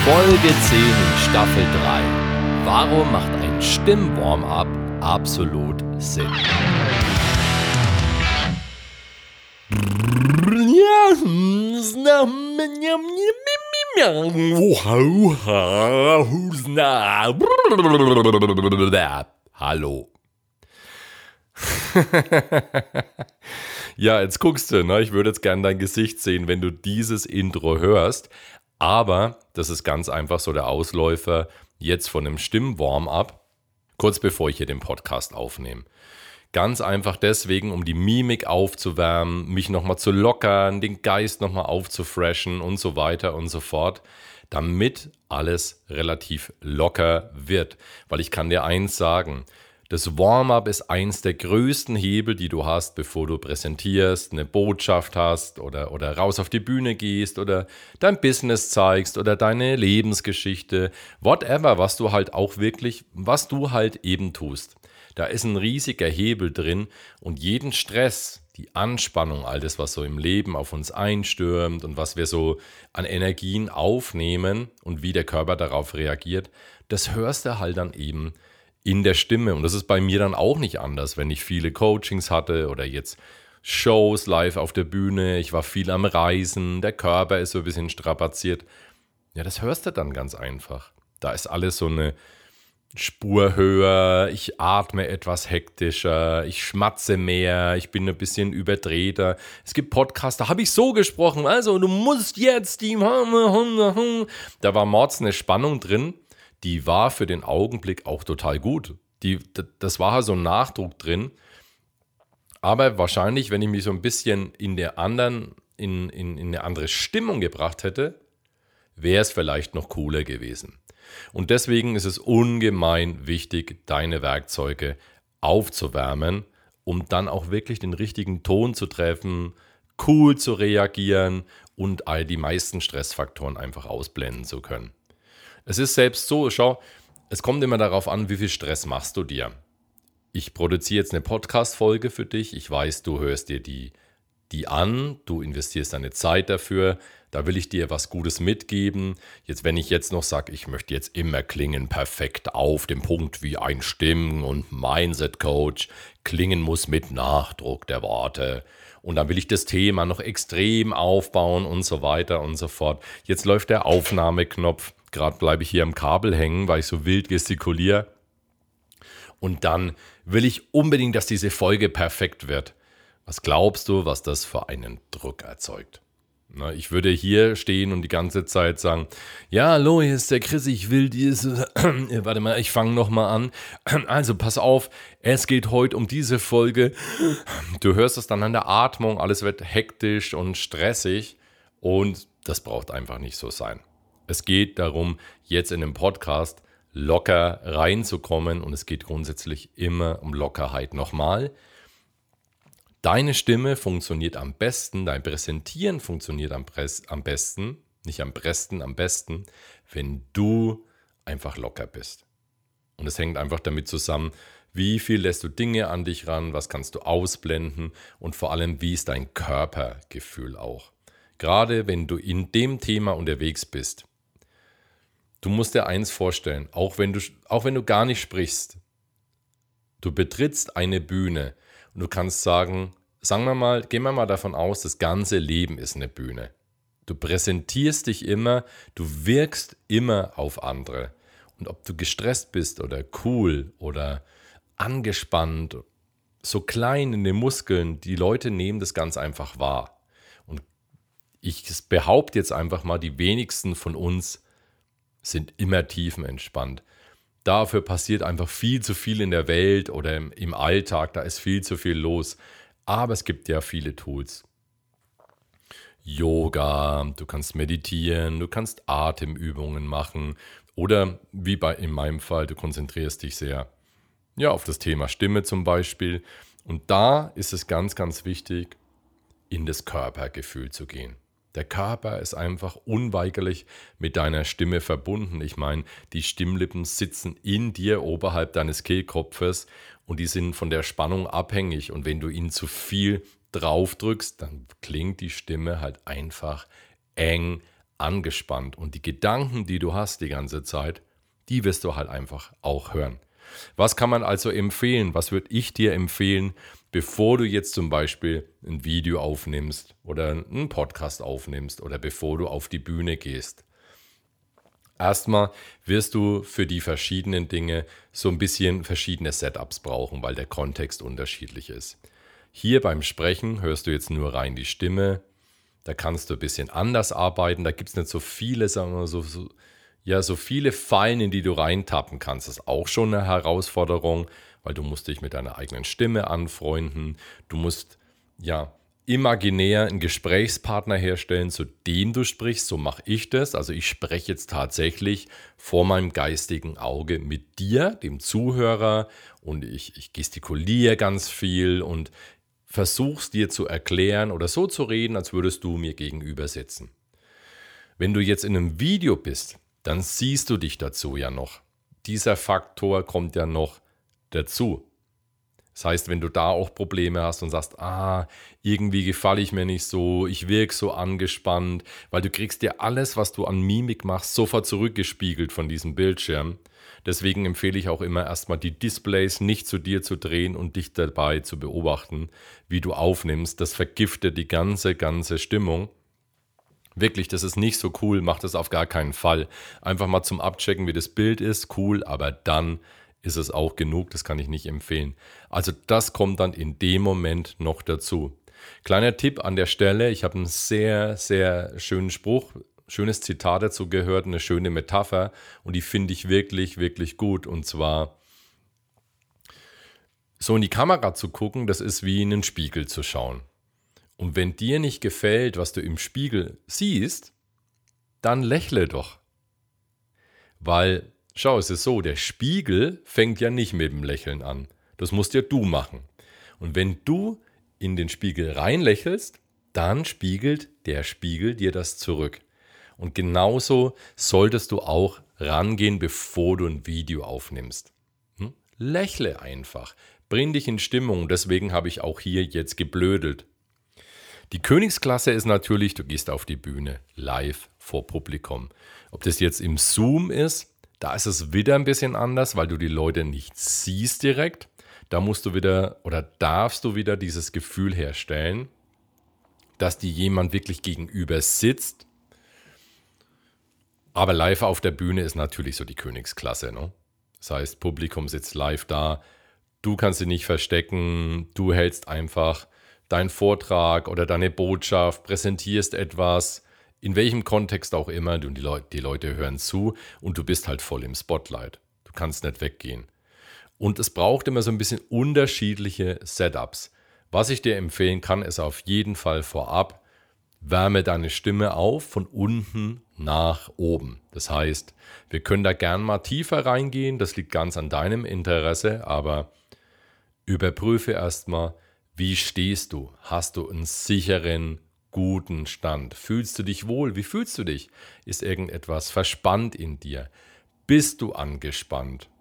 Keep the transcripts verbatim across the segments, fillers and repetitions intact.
Folge zehn in Staffel drei. Warum macht ein Stimm-Warm-up absolut Sinn? Hallo. Ja, jetzt guckst du, ne? Ich würde jetzt gerne dein Gesicht sehen, wenn du dieses Intro hörst. Aber das ist ganz einfach so der Ausläufer jetzt von einem Stimm-Warm-up, kurz bevor ich hier den Podcast aufnehme. Ganz einfach deswegen, um die Mimik aufzuwärmen, mich nochmal zu lockern, den Geist nochmal aufzufreshen und so weiter und so fort, damit alles relativ locker wird. Weil ich kann dir eins sagen, das Warm-up ist eins der größten Hebel, die du hast, bevor du präsentierst, eine Botschaft hast oder, oder raus auf die Bühne gehst oder dein Business zeigst oder deine Lebensgeschichte, whatever, was du halt auch wirklich, was du halt eben tust. Da ist ein riesiger Hebel drin und jeden Stress, die Anspannung, all das, was so im Leben auf uns einstürmt und was wir so an Energien aufnehmen und wie der Körper darauf reagiert, das hörst du halt dann eben in der Stimme. Und das ist bei mir dann auch nicht anders, wenn ich viele Coachings hatte oder jetzt Shows live auf der Bühne. Ich war viel am Reisen, der Körper ist so ein bisschen strapaziert. Ja, das hörst du dann ganz einfach. Da ist alles so eine Spur höher, ich atme etwas hektischer, ich schmatze mehr, ich bin ein bisschen überdrehter. Es gibt Podcasts, da habe ich so gesprochen, also du musst jetzt die... Da war mords eine Spannung drin. Die war für den Augenblick auch total gut. Die, das war halt so ein Nachdruck drin. Aber wahrscheinlich, wenn ich mich so ein bisschen in der anderen, in, in, in eine andere Stimmung gebracht hätte, wäre es vielleicht noch cooler gewesen. Und deswegen ist es ungemein wichtig, deine Werkzeuge aufzuwärmen, um dann auch wirklich den richtigen Ton zu treffen, cool zu reagieren und all die meisten Stressfaktoren einfach ausblenden zu können. Es ist selbst so, schau, es kommt immer darauf an, wie viel Stress machst du dir. Ich produziere jetzt eine Podcast-Folge für dich. Ich weiß, du hörst dir die, die an, du investierst deine Zeit dafür. Da will ich dir was Gutes mitgeben. Jetzt, wenn ich jetzt noch sage, ich möchte jetzt immer klingen perfekt auf dem Punkt wie ein Stimmen- und Mindset-Coach, klingen muss mit Nachdruck der Worte. Und dann will ich das Thema noch extrem aufbauen und so weiter und so fort. Jetzt läuft der Aufnahmeknopf. Gerade bleibe ich hier am Kabel hängen, weil ich so wild gestikuliere. Und dann will ich unbedingt, dass diese Folge perfekt wird. Was glaubst du, was das für einen Druck erzeugt? Na, ich würde hier stehen und die ganze Zeit sagen, ja, hallo, hier ist der Chris, ich will diese, warte mal, ich fange nochmal an. Also pass auf, es geht heute um diese Folge. Du hörst es dann an der Atmung, alles wird hektisch und stressig und das braucht einfach nicht so sein. Es geht darum, jetzt in dem Podcast locker reinzukommen und es geht grundsätzlich immer um Lockerheit. Nochmal, deine Stimme funktioniert am besten, dein Präsentieren funktioniert am, Press, am besten, nicht am besten, am besten, wenn du einfach locker bist. Und es hängt einfach damit zusammen, wie viel lässt du Dinge an dich ran, was kannst du ausblenden und vor allem, wie ist dein Körpergefühl auch. Gerade wenn du in dem Thema unterwegs bist. Du musst dir eins vorstellen, auch wenn du, auch wenn du gar nicht sprichst, du betrittst eine Bühne und du kannst sagen, sagen wir mal, gehen wir mal davon aus, das ganze Leben ist eine Bühne. Du präsentierst dich immer, du wirkst immer auf andere. Und ob du gestresst bist oder cool oder angespannt, so klein in den Muskeln, die Leute nehmen das ganz einfach wahr. Und ich behaupte jetzt einfach mal, die wenigsten von uns sind immer tiefenentspannt. Dafür passiert einfach viel zu viel in der Welt oder im, im Alltag, da ist viel zu viel los. Aber es gibt ja viele Tools. Yoga, du kannst meditieren, du kannst Atemübungen machen oder wie bei in meinem Fall, du konzentrierst dich sehr ja, auf das Thema Stimme zum Beispiel. Und da ist es ganz, ganz wichtig, in das Körpergefühl zu gehen. Der Körper ist einfach unweigerlich mit deiner Stimme verbunden. Ich meine, die Stimmlippen sitzen in dir oberhalb deines Kehlkopfes und die sind von der Spannung abhängig. Und wenn du ihnen zu viel drauf drückst, dann klingt die Stimme halt einfach eng, angespannt. Und die Gedanken, die du hast die ganze Zeit, die wirst du halt einfach auch hören. Was kann man also empfehlen? Was würde ich dir empfehlen, bevor du jetzt zum Beispiel ein Video aufnimmst oder einen Podcast aufnimmst oder bevor du auf die Bühne gehst? Erstmal wirst du für die verschiedenen Dinge so ein bisschen verschiedene Setups brauchen, weil der Kontext unterschiedlich ist. Hier beim Sprechen hörst du jetzt nur rein die Stimme. Da kannst du ein bisschen anders arbeiten. Da gibt es nicht so viele, sagen wir mal, so, so, ja, so viele Fallen, in die du reintappen kannst. Das ist auch schon eine Herausforderung, weil du musst dich mit deiner eigenen Stimme anfreunden. Du musst ja imaginär einen Gesprächspartner herstellen, zu dem du sprichst. So mache ich das. Also ich spreche jetzt tatsächlich vor meinem geistigen Auge mit dir, dem Zuhörer, und ich, ich gestikuliere ganz viel und versuch's dir zu erklären oder so zu reden, als würdest du mir gegenüber sitzen. Wenn du jetzt in einem Video bist, dann siehst du dich dazu ja noch. Dieser Faktor kommt ja noch dazu. Das heißt, wenn du da auch Probleme hast und sagst, ah, irgendwie gefalle ich mir nicht so, ich wirke so angespannt, weil du kriegst dir alles, was du an Mimik machst, sofort zurückgespiegelt von diesem Bildschirm. Deswegen empfehle ich auch immer erstmal die Displays nicht zu dir zu drehen und dich dabei zu beobachten, wie du aufnimmst. Das vergiftet die ganze, ganze Stimmung. Wirklich, das ist nicht so cool, mach das auf gar keinen Fall. Einfach mal zum Abchecken, wie das Bild ist, cool, aber dann ist es auch genug, das kann ich nicht empfehlen. Also das kommt dann in dem Moment noch dazu. Kleiner Tipp an der Stelle, ich habe einen sehr, sehr schönen Spruch, schönes Zitat dazu gehört, eine schöne Metapher und die finde ich wirklich, wirklich gut. Und zwar, so in die Kamera zu gucken, das ist wie in den Spiegel zu schauen. Und wenn dir nicht gefällt, was du im Spiegel siehst, dann lächle doch. Weil, schau, es ist so, der Spiegel fängt ja nicht mit dem Lächeln an. Das musst ja du machen. Und wenn du in den Spiegel reinlächelst, dann spiegelt der Spiegel dir das zurück. Und genauso solltest du auch rangehen, bevor du ein Video aufnimmst. Hm? Lächle einfach. Bring dich in Stimmung. Deswegen habe ich auch hier jetzt geblödelt. Die Königsklasse ist natürlich, du gehst auf die Bühne, live vor Publikum. Ob das jetzt im Zoom ist, da ist es wieder ein bisschen anders, weil du die Leute nicht siehst direkt. Da musst du wieder oder darfst du wieder dieses Gefühl herstellen, dass dir jemand wirklich gegenüber sitzt. Aber live auf der Bühne ist natürlich so die Königsklasse. Ne? Das heißt, Publikum sitzt live da, du kannst sie nicht verstecken, du hältst einfach deinen Vortrag oder deine Botschaft, präsentierst etwas, in welchem Kontext auch immer, und die, Leute, die Leute hören zu und du bist halt voll im Spotlight. Du kannst nicht weggehen. Und es braucht immer so ein bisschen unterschiedliche Setups. Was ich dir empfehlen kann, ist auf jeden Fall vorab, wärme deine Stimme auf von unten nach oben. Das heißt, wir können da gern mal tiefer reingehen, das liegt ganz an deinem Interesse, aber überprüfe erstmal, wie stehst du? Hast du einen sicheren, guten Stand? Fühlst du dich wohl? Wie fühlst du dich? Ist irgendetwas verspannt in dir? Bist du angespannt?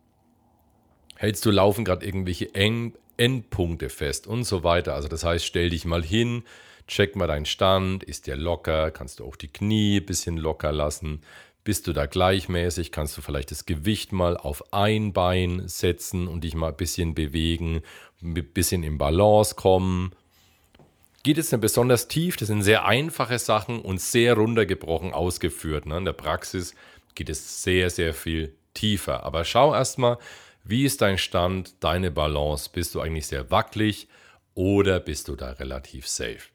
Hältst du laufen gerade irgendwelche Eng- Endpunkte fest und so weiter? Also das heißt, stell dich mal hin, check mal deinen Stand, ist der locker? Kannst du auch die Knie ein bisschen locker lassen? Bist du da gleichmäßig? Kannst du vielleicht das Gewicht mal auf ein Bein setzen und dich mal ein bisschen bewegen, ein bisschen in Balance kommen? Geht es nicht besonders tief? Das sind sehr einfache Sachen und sehr runtergebrochen ausgeführt. Ne? In der Praxis geht es sehr, sehr viel tiefer. Aber schau erstmal, wie ist dein Stand, deine Balance? Bist du eigentlich sehr wackelig oder bist du da relativ safe?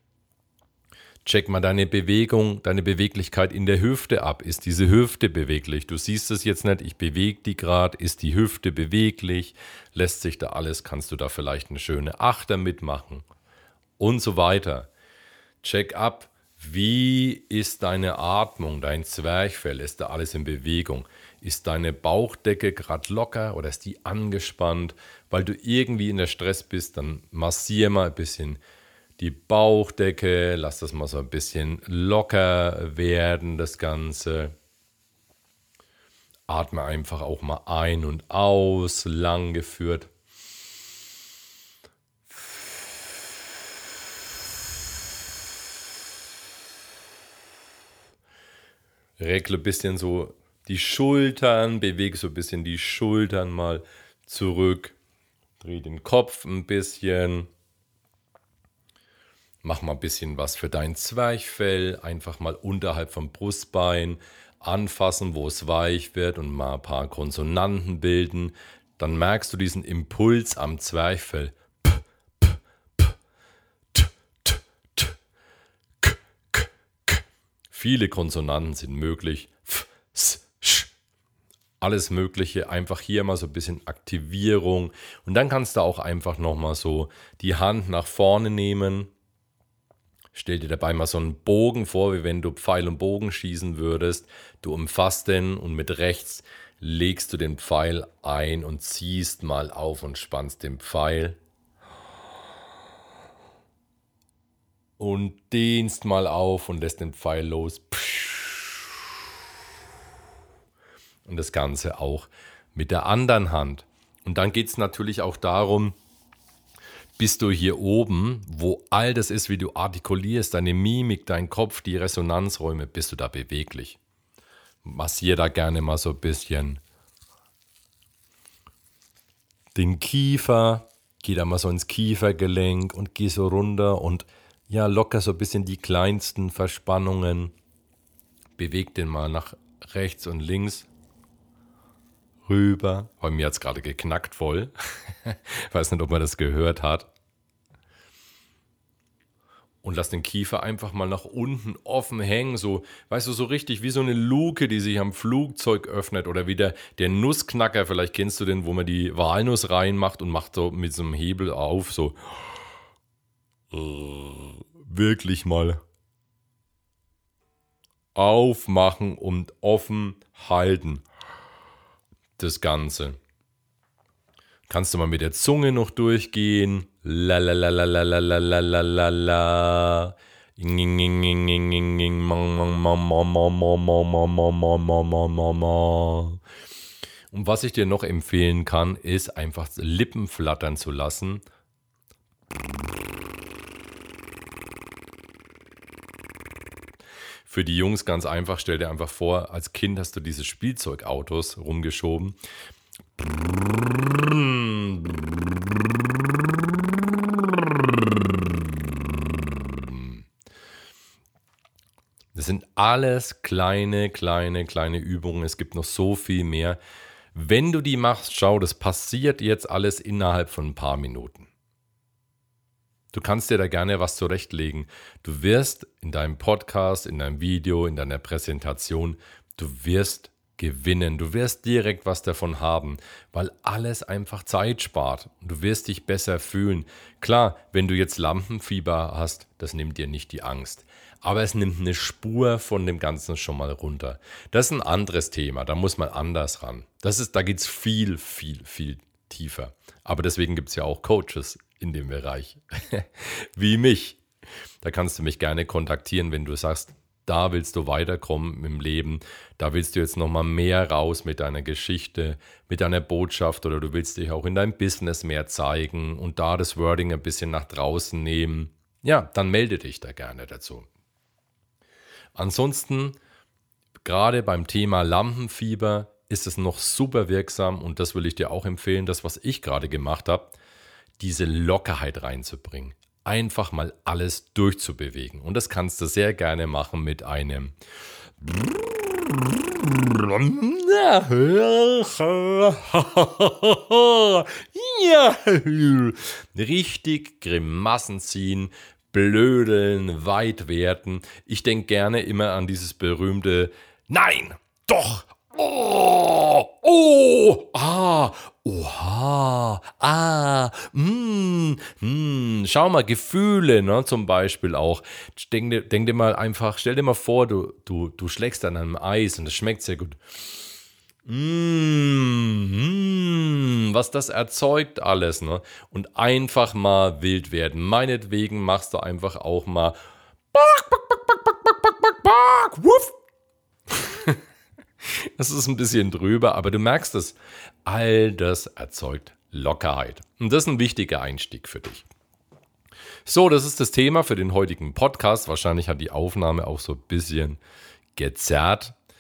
Check mal deine Bewegung, deine Beweglichkeit in der Hüfte ab. Ist diese Hüfte beweglich? Du siehst es jetzt nicht, ich bewege die gerade. Ist die Hüfte beweglich? Lässt sich da alles? Kannst du da vielleicht eine schöne Achter mitmachen? Und so weiter. Check ab, wie ist deine Atmung, dein Zwerchfell? Ist da alles in Bewegung? Ist deine Bauchdecke gerade locker oder ist die angespannt? Weil du irgendwie in der Stress bist, dann massier mal ein bisschen die Bauchdecke, lass das mal so ein bisschen locker werden, das Ganze. Atme einfach auch mal ein und aus, lang geführt. Regle ein bisschen so die Schultern, bewege so ein bisschen die Schultern mal zurück, dreh den Kopf ein bisschen. Mach mal ein bisschen was für dein Zwerchfell, einfach mal unterhalb vom Brustbein anfassen, wo es weich wird und mal ein paar Konsonanten bilden. Dann merkst du diesen Impuls am Zwerchfell. P, p, p, t, t, t, k, k, k. Viele Konsonanten sind möglich. F, s, sch. Alles Mögliche, einfach hier mal so ein bisschen Aktivierung. Und dann kannst du auch einfach nochmal so die Hand nach vorne nehmen. Stell dir dabei mal so einen Bogen vor, wie wenn du Pfeil und Bogen schießen würdest. Du umfasst den und mit rechts legst du den Pfeil ein und ziehst mal auf und spannst den Pfeil. Und dehnst mal auf und lässt den Pfeil los. Und das Ganze auch mit der anderen Hand. Und dann geht es natürlich auch darum, bist du hier oben, wo all das ist, wie du artikulierst, deine Mimik, dein Kopf, die Resonanzräume, bist du da beweglich. Massier da gerne mal so ein bisschen den Kiefer, geh da mal so ins Kiefergelenk und geh so runter und ja, locker so ein bisschen die kleinsten Verspannungen. Beweg den mal nach rechts und links rüber. Bei mir hat es gerade geknackt voll. Ich weiß nicht, ob man das gehört hat. Und lass den Kiefer einfach mal nach unten offen hängen, so, weißt du, so richtig wie so eine Luke, die sich am Flugzeug öffnet oder wie der, der Nussknacker, vielleicht kennst du den, wo man die Walnuss reinmacht und macht so mit so einem Hebel auf, so wirklich mal aufmachen und offen halten, das Ganze. Kannst du mal mit der Zunge noch durchgehen. La la la la la la la la la la la. Und was ich dir noch empfehlen kann, ist einfach Lippen flattern zu lassen. Für die Jungs ganz einfach, stell dir einfach vor, als Kind hast du diese Spielzeugautos rumgeschoben. Das sind alles kleine, kleine, kleine Übungen. Es gibt noch so viel mehr. Wenn du die machst, schau, das passiert jetzt alles innerhalb von ein paar Minuten. Du kannst dir da gerne was zurechtlegen. Du wirst in deinem Podcast, in deinem Video, in deiner Präsentation, du wirst gewinnen. Du wirst direkt was davon haben, weil alles einfach Zeit spart. Du wirst dich besser fühlen. Klar, wenn du jetzt Lampenfieber hast, das nimmt dir nicht die Angst. Aber es nimmt eine Spur von dem Ganzen schon mal runter. Das ist ein anderes Thema, da muss man anders ran. Das ist, da geht es viel, viel, viel tiefer. Aber deswegen gibt es ja auch Coaches in dem Bereich, wie mich. Da kannst du mich gerne kontaktieren, wenn du sagst, da willst du weiterkommen im Leben, da willst du jetzt nochmal mehr raus mit deiner Geschichte, mit deiner Botschaft oder du willst dich auch in deinem Business mehr zeigen und da das Wording ein bisschen nach draußen nehmen. Ja, dann melde dich da gerne dazu. Ansonsten, gerade beim Thema Lampenfieber ist es noch super wirksam und das will ich dir auch empfehlen, das, was ich gerade gemacht habe, diese Lockerheit reinzubringen. Einfach mal alles durchzubewegen. Und das kannst du sehr gerne machen mit einem richtig Grimassen ziehen, blödeln, weit werden. Ich denke gerne immer an dieses berühmte Nein, doch, oh, oh, ah, oha, ah, mm, mm. Schau mal, Gefühle, ne, zum Beispiel auch. Denk dir, denk dir mal einfach, stell dir mal vor, du, du, du schlägst an einem Eis und es schmeckt sehr gut. Mm, mm, was das erzeugt alles, ne? Und einfach mal wild werden. Meinetwegen machst du einfach auch mal Bark, bark, bark, bark, bark, bark, bark, bark, bark, wuff. Das ist ein bisschen drüber, aber du merkst es. All das erzeugt Lockerheit. Und das ist ein wichtiger Einstieg für dich. So, das ist das Thema für den heutigen Podcast. Wahrscheinlich hat die Aufnahme auch so ein bisschen gezerrt.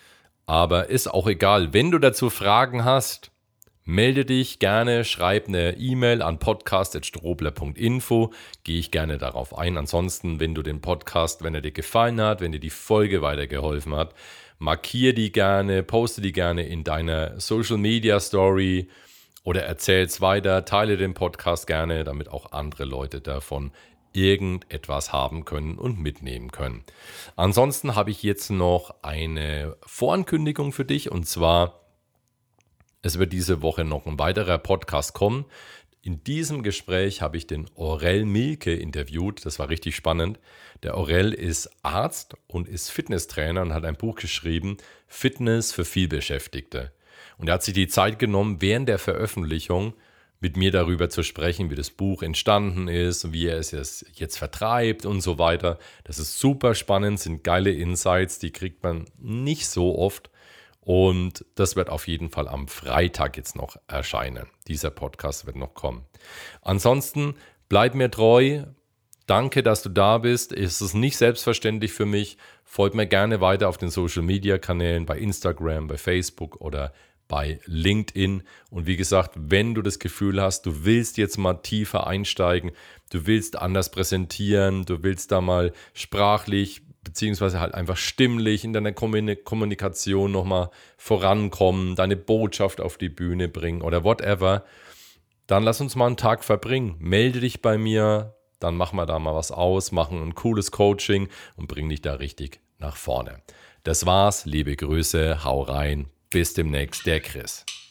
Aber ist auch egal. Wenn du dazu Fragen hast, melde dich gerne, schreib eine E-Mail an podcast at strobler punkt info, gehe ich gerne darauf ein. Ansonsten, wenn du den Podcast, wenn er dir gefallen hat, wenn dir die Folge weitergeholfen hat, markier die gerne, poste die gerne in deiner Social Media Story oder erzähl es weiter, teile den Podcast gerne, damit auch andere Leute davon irgendetwas haben können und mitnehmen können. Ansonsten habe ich jetzt noch eine Vorankündigung für dich, und zwar: Es wird diese Woche noch ein weiterer Podcast kommen. In diesem Gespräch habe ich den Aurel Mielke interviewt. Das war richtig spannend. Der Aurel ist Arzt und ist Fitnesstrainer und hat ein Buch geschrieben, Fitness für Vielbeschäftigte. Und er hat sich die Zeit genommen, während der Veröffentlichung mit mir darüber zu sprechen, wie das Buch entstanden ist, wie er es jetzt vertreibt und so weiter. Das ist super spannend, sind geile Insights, die kriegt man nicht so oft. Und das wird auf jeden Fall am Freitag jetzt noch erscheinen. Dieser Podcast wird noch kommen. Ansonsten bleib mir treu. Danke, dass du da bist. Es ist nicht selbstverständlich für mich. Folgt mir gerne weiter auf den Social Media Kanälen, bei Instagram, bei Facebook oder bei LinkedIn. Und wie gesagt, wenn du das Gefühl hast, du willst jetzt mal tiefer einsteigen, du willst anders präsentieren, du willst da mal sprachlich beziehungsweise halt einfach stimmlich in deiner Kommunikation nochmal vorankommen, deine Botschaft auf die Bühne bringen oder whatever, dann lass uns mal einen Tag verbringen. Melde dich bei mir, dann machen wir da mal was aus, machen ein cooles Coaching und bring dich da richtig nach vorne. Das war's, liebe Grüße, hau rein, bis demnächst, der Chris.